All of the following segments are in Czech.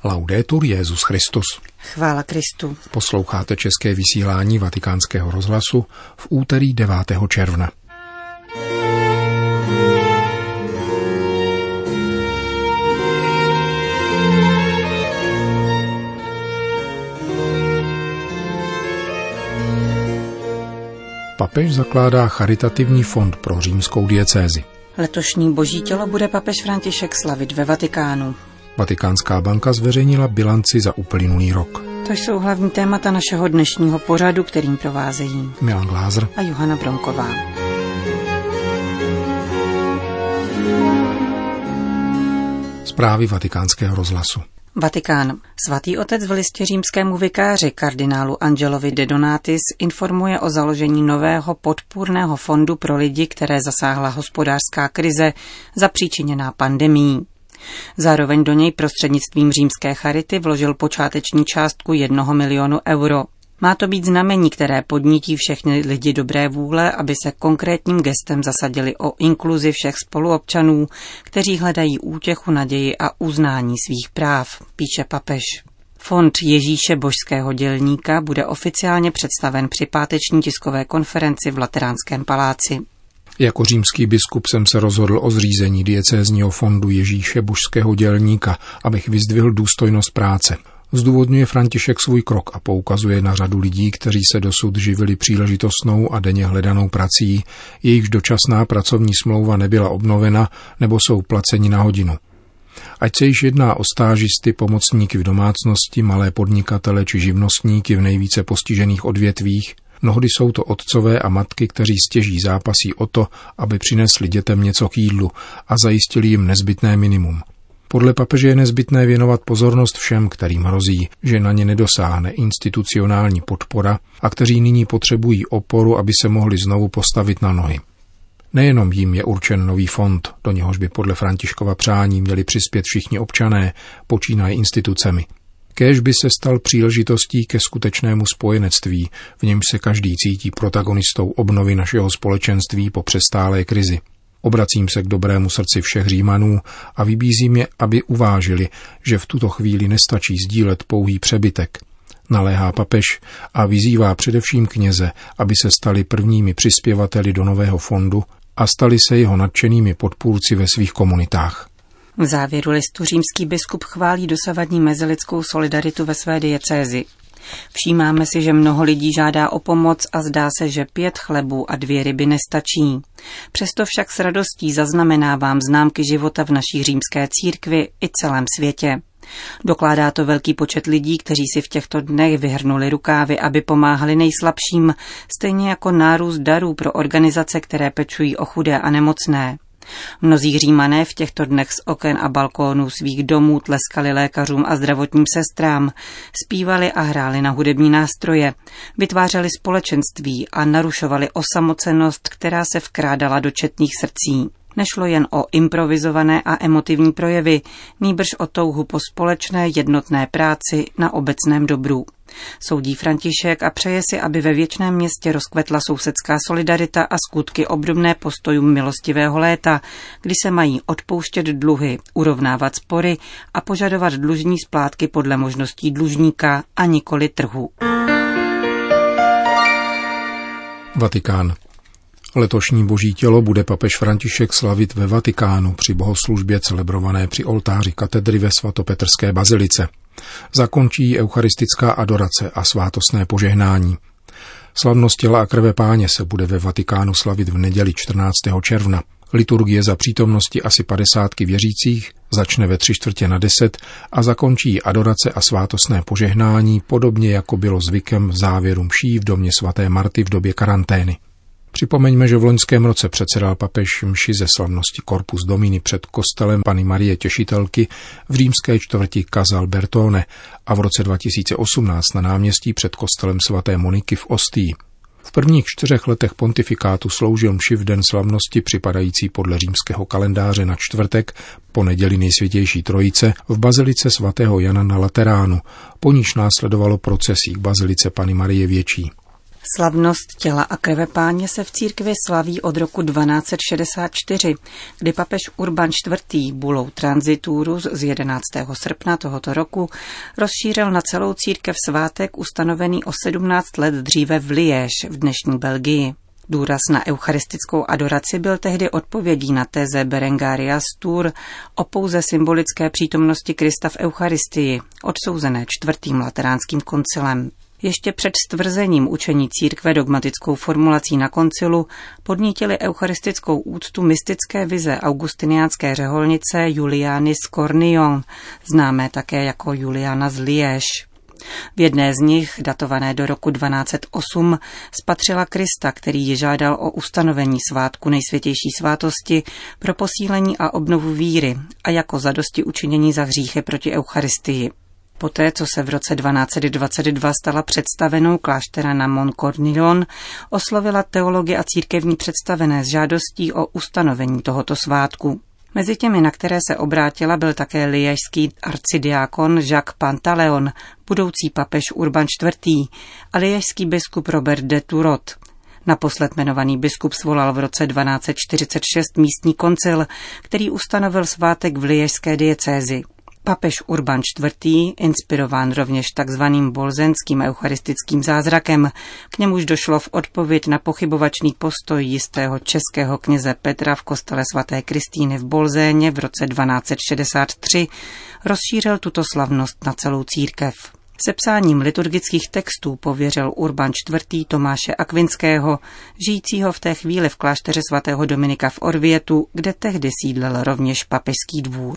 Laudetur Jesus Christus. Chvála Kristu. Posloucháte české vysílání Vatikánského rozhlasu v úterý 9. června. Papež zakládá charitativní fond pro římskou diecézi. Letošní Boží tělo bude papež František slavit ve Vatikánu. Vatikánská banka zveřejnila bilanci za uplynulý rok. To jsou hlavní témata našeho dnešního pořadu, kterým provázejí Milan Glázer a Johana Bronková. Zprávy Vatikánského rozhlasu. Vatikán. Svatý otec v listě římskému vikáři kardinálu Angelovi de Donatis informuje o založení nového podpůrného fondu pro lidi, které zasáhla hospodářská krize zapříčiněná pandemií. Zároveň do něj prostřednictvím římské charity vložil počáteční částku 1 milionu euro. Má to být znamení, které podnítí všechny lidi dobré vůle, aby se konkrétním gestem zasadili o inkluzi všech spoluobčanů, kteří hledají útěchu, naději a uznání svých práv, píše papež. Fond Ježíše Božského dělníka bude oficiálně představen při páteční tiskové konferenci v Lateránském paláci. Jako římský biskup jsem se rozhodl o zřízení diecézního fondu Ježíše Božského dělníka, abych vyzdvihl důstojnost práce. Zdůvodňuje František svůj krok a poukazuje na řadu lidí, kteří se dosud živili příležitostnou a denně hledanou prací, jejichž dočasná pracovní smlouva nebyla obnovena nebo jsou placeni na hodinu. Ať se již jedná o stážisty, pomocníky v domácnosti, malé podnikatele či živnostníky v nejvíce postižených odvětvích, mnohdy jsou to otcové a matky, kteří stěží zápasí o to, aby přinesli dětem něco k jídlu a zajistili jim nezbytné minimum. Podle papeže je nezbytné věnovat pozornost všem, kterým hrozí, že na ně nedosáhne institucionální podpora a kteří nyní potřebují oporu, aby se mohli znovu postavit na nohy. Nejenom jim je určen nový fond, do něhož by podle Františkova přání měli přispět všichni občané, počínaje institucemi. Kéž by se stal příležitostí ke skutečnému spojenectví, v němž se každý cítí protagonistou obnovy našeho společenství po přestálé krizi. Obracím se k dobrému srdci všech Římanů a vybízím je, aby uvážili, že v tuto chvíli nestačí sdílet pouhý přebytek. Naléhá papež a vyzývá především kněze, aby se stali prvními přispěvateli do nového fondu a stali se jeho nadšenými podpůrci ve svých komunitách. V závěru listu římský biskup chválí dosavadní mezilidskou solidaritu ve své diecézi. Všímáme si, že mnoho lidí žádá o pomoc a zdá se, že 5 chlebů a 2 ryby nestačí. Přesto však s radostí zaznamenávám známky života v naší římské církvi i celém světě. Dokládá to velký počet lidí, kteří si v těchto dnech vyhrnuli rukávy, aby pomáhali nejslabším, stejně jako nárůst darů pro organizace, které pečují o chudé a nemocné. Mnozí Římané v těchto dnech z oken a balkónů svých domů tleskali lékařům a zdravotním sestrám, zpívali a hráli na hudební nástroje, vytvářeli společenství a narušovali osamocenost, která se vkrádala do četných srdcí. Nešlo jen o improvizované a emotivní projevy, nýbrž o touhu po společné jednotné práci na obecném dobru. Soudí František a přeje si, aby ve věčném městě rozkvetla sousedská solidarita a skutky obdobné postojům milostivého léta, kdy se mají odpouštět dluhy, urovnávat spory a požadovat dlužní splátky podle možností dlužníka a nikoli trhu. Vatikán. Letošní Boží tělo bude papež František slavit ve Vatikánu při bohoslužbě celebrované při oltáři katedry ve svatopetrské bazilice. Zakončí eucharistická adorace a svátostné požehnání. Slavnost těla a krve Páně se bude ve Vatikánu slavit v neděli 14. června. Liturgie za přítomnosti asi 50 věřících začne ve 9:45 a zakončí adorace a svátostné požehnání, podobně jako bylo zvykem v závěru mší v domě svaté Marty v době karantény. Připomeňme, že v loňském roce předsedal papež mši ze slavnosti Corpus Domini před kostelem Panny Marie Těšitelky v římské čtvrti Casal Bertone a v roce 2018 na náměstí před kostelem svaté Moniky v Ostii. V prvních 4 letech pontifikátu sloužil mši v den slavnosti připadající podle římského kalendáře na čtvrtek po neděli Nejsvětější Trojice v bazilice svatého Jana na Lateránu, po níž následovalo procesí k bazilice Panny Marie Větší. Slavnost těla a krve Páně se v církvi slaví od roku 1264, kdy papež Urban IV. Bulou Transiturus z 11. srpna tohoto roku rozšířil na celou církev svátek ustanovený o 17 let dříve v Liège v dnešní Belgii. Důraz na eucharistickou adoraci byl tehdy odpovědí na teze Berengaria z Tours o pouze symbolické přítomnosti Krista v Eucharistii, odsouzené 4. lateránským koncilem. Ještě před stvrzením učení církve dogmatickou formulací na koncilu podnítili eucharistickou úctu mystické vize augustiniánské řeholnice Juliany z Cornillon, známé také jako Juliana z Liège. V jedné z nich, datované do roku 1208, spatřila Krista, který ji žádal o ustanovení svátku Nejsvětější svátosti pro posílení a obnovu víry a jako zadosti učinění za hříchy proti Eucharistii. Poté, co se v roce 1222 stala představenou kláštera na Mont Cornillon, oslovila teology a církevní představené s žádostí o ustanovení tohoto svátku. Mezi těmi, na které se obrátila, byl také liéžský arcidiákon Jacques Pantaleon, budoucí papež Urban IV. A liéžský biskup Robert de Turot. Naposled jmenovaný biskup svolal v roce 1246 místní koncil, který ustanovil svátek v liéžské diecézi. Papež Urban IV., inspirován rovněž takzvaným bolzenským eucharistickým zázrakem, k němuž došlo v odpověď na pochybovačný postoj jistého českého kněze Petra v kostele svaté Kristýny v Bolzéně v roce 1263, rozšířil tuto slavnost na celou církev. Sepsáním liturgických textů pověřil Urban IV. Tomáše Akvinského, žijícího v té chvíli v klášteře svatého Dominika v Orvietu, kde tehdy sídlil rovněž papežský dvůr.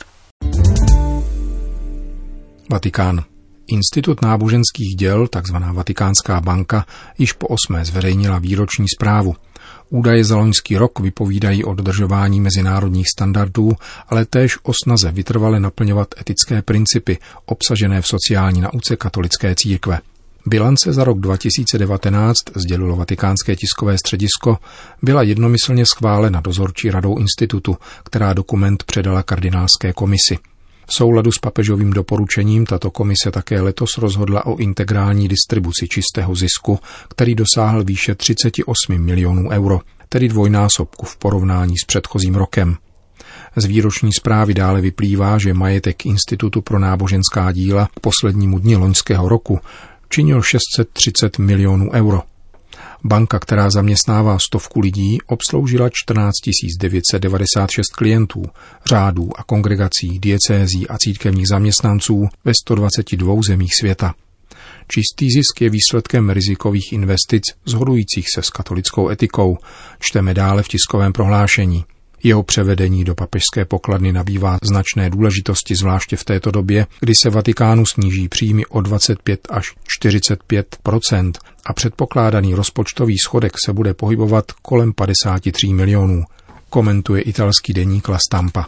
Vatikán. Institut náboženských děl, takzvaná Vatikánská banka, již po 8. zveřejnila výroční zprávu. Údaje za loňský rok vypovídají o dodržování mezinárodních standardů, ale též o snaze vytrvale naplňovat etické principy obsažené v sociální nauce katolické církve. Bilance za rok 2019, sdělilo Vatikánské tiskové středisko, byla jednomyslně schválena dozorčí radou institutu, která dokument předala kardinálské komisi. V souladu s papežovým doporučením tato komise také letos rozhodla o integrální distribuci čistého zisku, který dosáhl výše 38 milionů euro, tedy dvojnásobku v porovnání s předchozím rokem. Z výroční zprávy dále vyplývá, že majetek Institutu pro náboženská díla k poslednímu dni loňského roku činil 630 milionů euro. Banka, která zaměstnává 100 lidí, obsloužila 14 996 klientů, řádů a kongregací, diecézí a církevních zaměstnanců ve 122 zemích světa. Čistý zisk je výsledkem rizikových investic shodujících se s katolickou etikou, čteme dále v tiskovém prohlášení. Jeho převedení do papežské pokladny nabývá značné důležitosti, zvláště v této době, kdy se Vatikánu sníží příjmy o 25 až 45% a předpokládaný rozpočtový schodek se bude pohybovat kolem 53 milionů, komentuje italský deník La Stampa.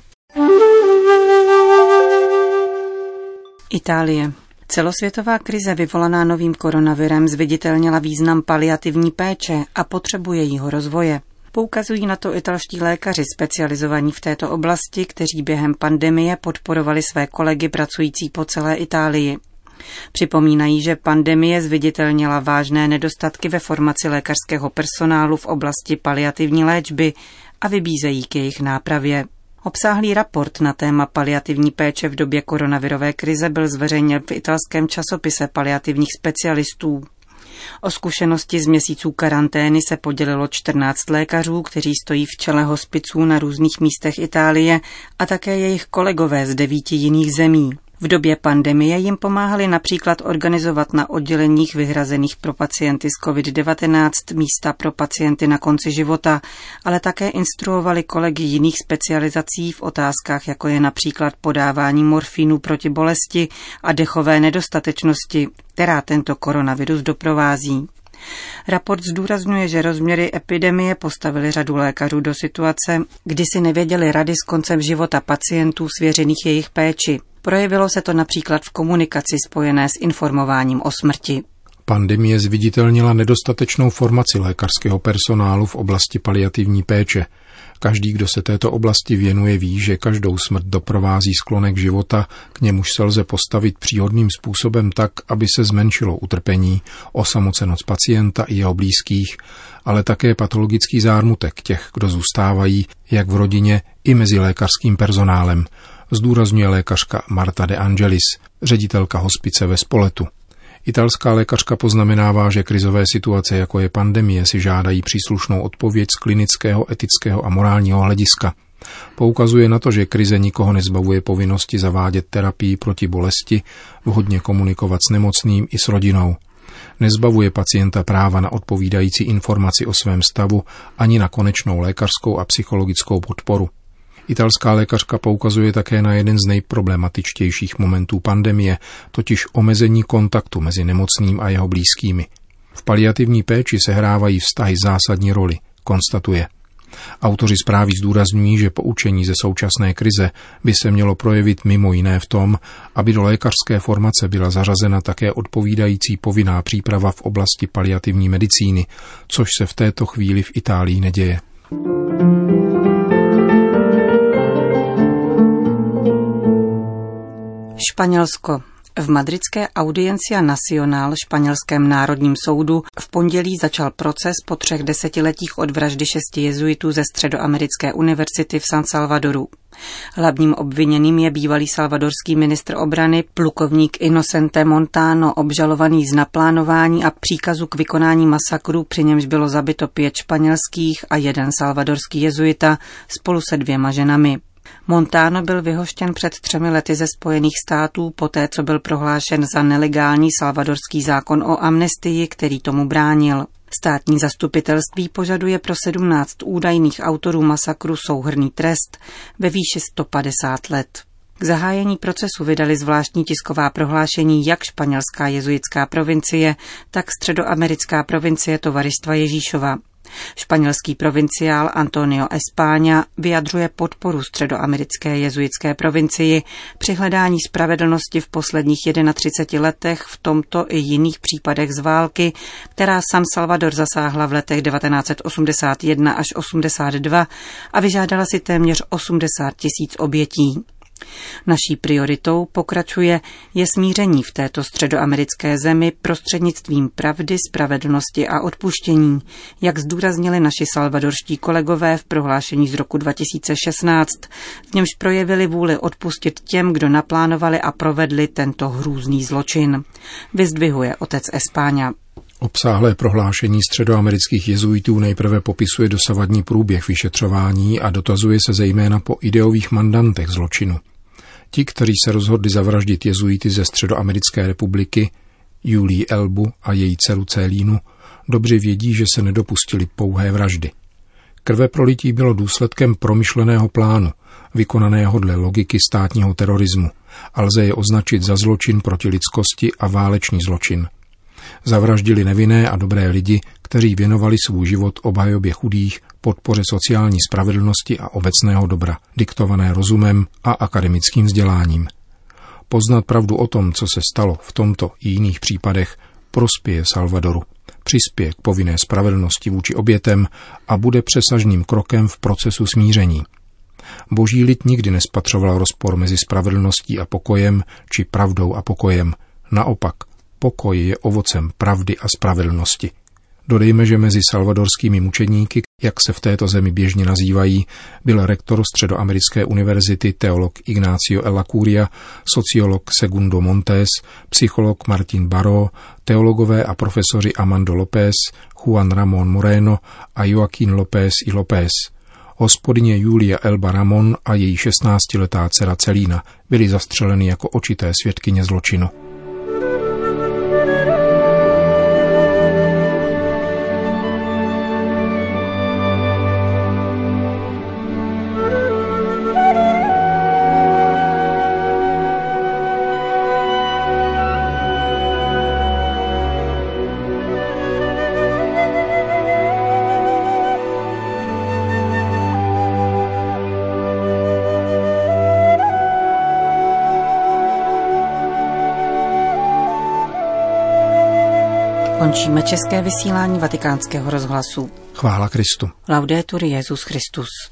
Itálie. Celosvětová krize vyvolaná novým koronavirem zviditelnila význam paliativní péče a potřebu jejího rozvoje. Poukazují na to italští lékaři specializovaní v této oblasti, kteří během pandemie podporovali své kolegy pracující po celé Itálii. Připomínají, že pandemie zviditelnila vážné nedostatky ve formaci lékařského personálu v oblasti paliativní léčby a vybízejí k jejich nápravě. Obsáhlý raport na téma paliativní péče v době koronavirové krize byl zveřejněn v italském časopise paliativních specialistů. O zkušenosti z měsíců karantény se podělilo 14 lékařů, kteří stojí v čele hospiců na různých místech Itálie a také jejich kolegové z 9 jiných zemí. V době pandemie jim pomáhali například organizovat na odděleních vyhrazených pro pacienty s COVID-19 místa pro pacienty na konci života, ale také instruovali kolegy jiných specializací v otázkách, jako je například podávání morfínu proti bolesti a dechové nedostatečnosti, která tento koronavirus doprovází. Raport zdůrazňuje, že rozměry epidemie postavily řadu lékařů do situace, kdy si nevěděli rady s koncem života pacientů svěřených jejich péči. Projevilo se to například v komunikaci spojené s informováním o smrti. Pandemie zviditelnila nedostatečnou formaci lékařského personálu v oblasti paliativní péče. Každý, kdo se této oblasti věnuje, ví, že každou smrt doprovází sklonek života, k němuž se lze postavit příhodným způsobem tak, aby se zmenšilo utrpení, osamocenost pacienta i jeho blízkých, ale také patologický zármutek těch, kdo zůstávají, jak v rodině, i mezi lékařským personálem, zdůrazňuje lékařka Marta De Angelis, ředitelka hospice ve Spoletu. Italská lékařka poznamenává, že krizové situace, jako je pandemie, si žádají příslušnou odpověď z klinického, etického a morálního hlediska. Poukazuje na to, že krize nikoho nezbavuje povinnosti zavádět terapii proti bolesti, vhodně komunikovat s nemocným i s rodinou. Nezbavuje pacienta práva na odpovídající informaci o svém stavu ani na konečnou lékařskou a psychologickou podporu. Italská lékařka poukazuje také na jeden z nejproblematičtějších momentů pandemie, totiž omezení kontaktu mezi nemocným a jeho blízkými. V paliativní péči sehrávají vztahy zásadní roli, konstatuje. Autoři zprávy zdůrazňují, že poučení ze současné krize by se mělo projevit mimo jiné v tom, aby do lékařské formace byla zařazena také odpovídající povinná příprava v oblasti paliativní medicíny, což se v této chvíli v Itálii neděje. Španělsko. V madridské Audiencia Nacional, španělském národním soudu, v pondělí začal proces po 3 desetiletích od vraždy 6 jezuitů ze Středoamerické univerzity v San Salvadoru. Hlavním obviněným je bývalý salvadorský ministr obrany plukovník Inocente Montano, obžalovaný z naplánování a příkazu k vykonání masakru, při němž bylo zabito 5 španělských a 1 salvadorský jezuita spolu se 2 ženami. Montano byl vyhoštěn před 3 lety ze Spojených států poté, co byl prohlášen za nelegální salvadorský zákon o amnestii, který tomu bránil. Státní zastupitelství požaduje pro 17 údajných autorů masakru souhrnný trest ve výši 150 let. K zahájení procesu vydali zvláštní tisková prohlášení jak španělská jezuitská provincie, tak středoamerická provincie Tovaristva Ježíšova. Španělský provinciál Antonio Espáña vyjadřuje podporu středoamerické jezuitské provincii při hledání spravedlnosti v posledních 31 letech v tomto i jiných případech z války, která San Salvador zasáhla v letech 1981 až 82 a vyžádala si téměř 80 000 obětí. Naší prioritou, pokračuje, je smíření v této středoamerické zemi prostřednictvím pravdy, spravedlnosti a odpuštění, jak zdůraznili naši salvadorští kolegové v prohlášení z roku 2016, v němž projevili vůli odpustit těm, kdo naplánovali a provedli tento hrůzný zločin. Vyzdvihuje otec Espáňa. Obsáhlé prohlášení středoamerických jezuitů nejprve popisuje dosavadní průběh vyšetřování a dotazuje se zejména po ideových mandantech zločinu. Ti, kteří se rozhodli zavraždit jezuity ze Středoamerické republiky, Julii Elbu a její dceru Celínu, dobře vědí, že se nedopustili pouhé vraždy. Krveprolití bylo důsledkem promyšleného plánu, vykonaného dle logiky státního terorismu, a lze je označit za zločin proti lidskosti a válečný zločin. Zavraždili nevinné a dobré lidi, kteří věnovali svůj život obhajobě chudých, podpoře sociální spravedlnosti a obecného dobra, diktované rozumem a akademickým vzděláním. Poznat pravdu o tom, co se stalo v tomto i jiných případech, prospěje Salvadoru, přispěje k povinné spravedlnosti vůči obětem a bude přesažným krokem v procesu smíření. Boží lid nikdy nespatřoval rozpor mezi spravedlností a pokojem či pravdou a pokojem. Naopak, pokoj je ovocem pravdy a spravedlnosti. Dodejme, že mezi salvadorskými mučedníky, jak se v této zemi běžně nazývají, byl rektor Středoamerické univerzity teolog Ignacio Ella Curia, sociolog Segundo Montes, psycholog Martin Baró, teologové a profesoři Amando López, Juan Ramón Moreno a Joaquín López y López. Hospodyně Julia Elba Ramón a její 16letá dcera Celína byly zastřeleny jako očité svědkyně zločinu. Končíme české vysílání Vatikánského rozhlasu. Chvála Kristu. Laudetur Jesus Christus.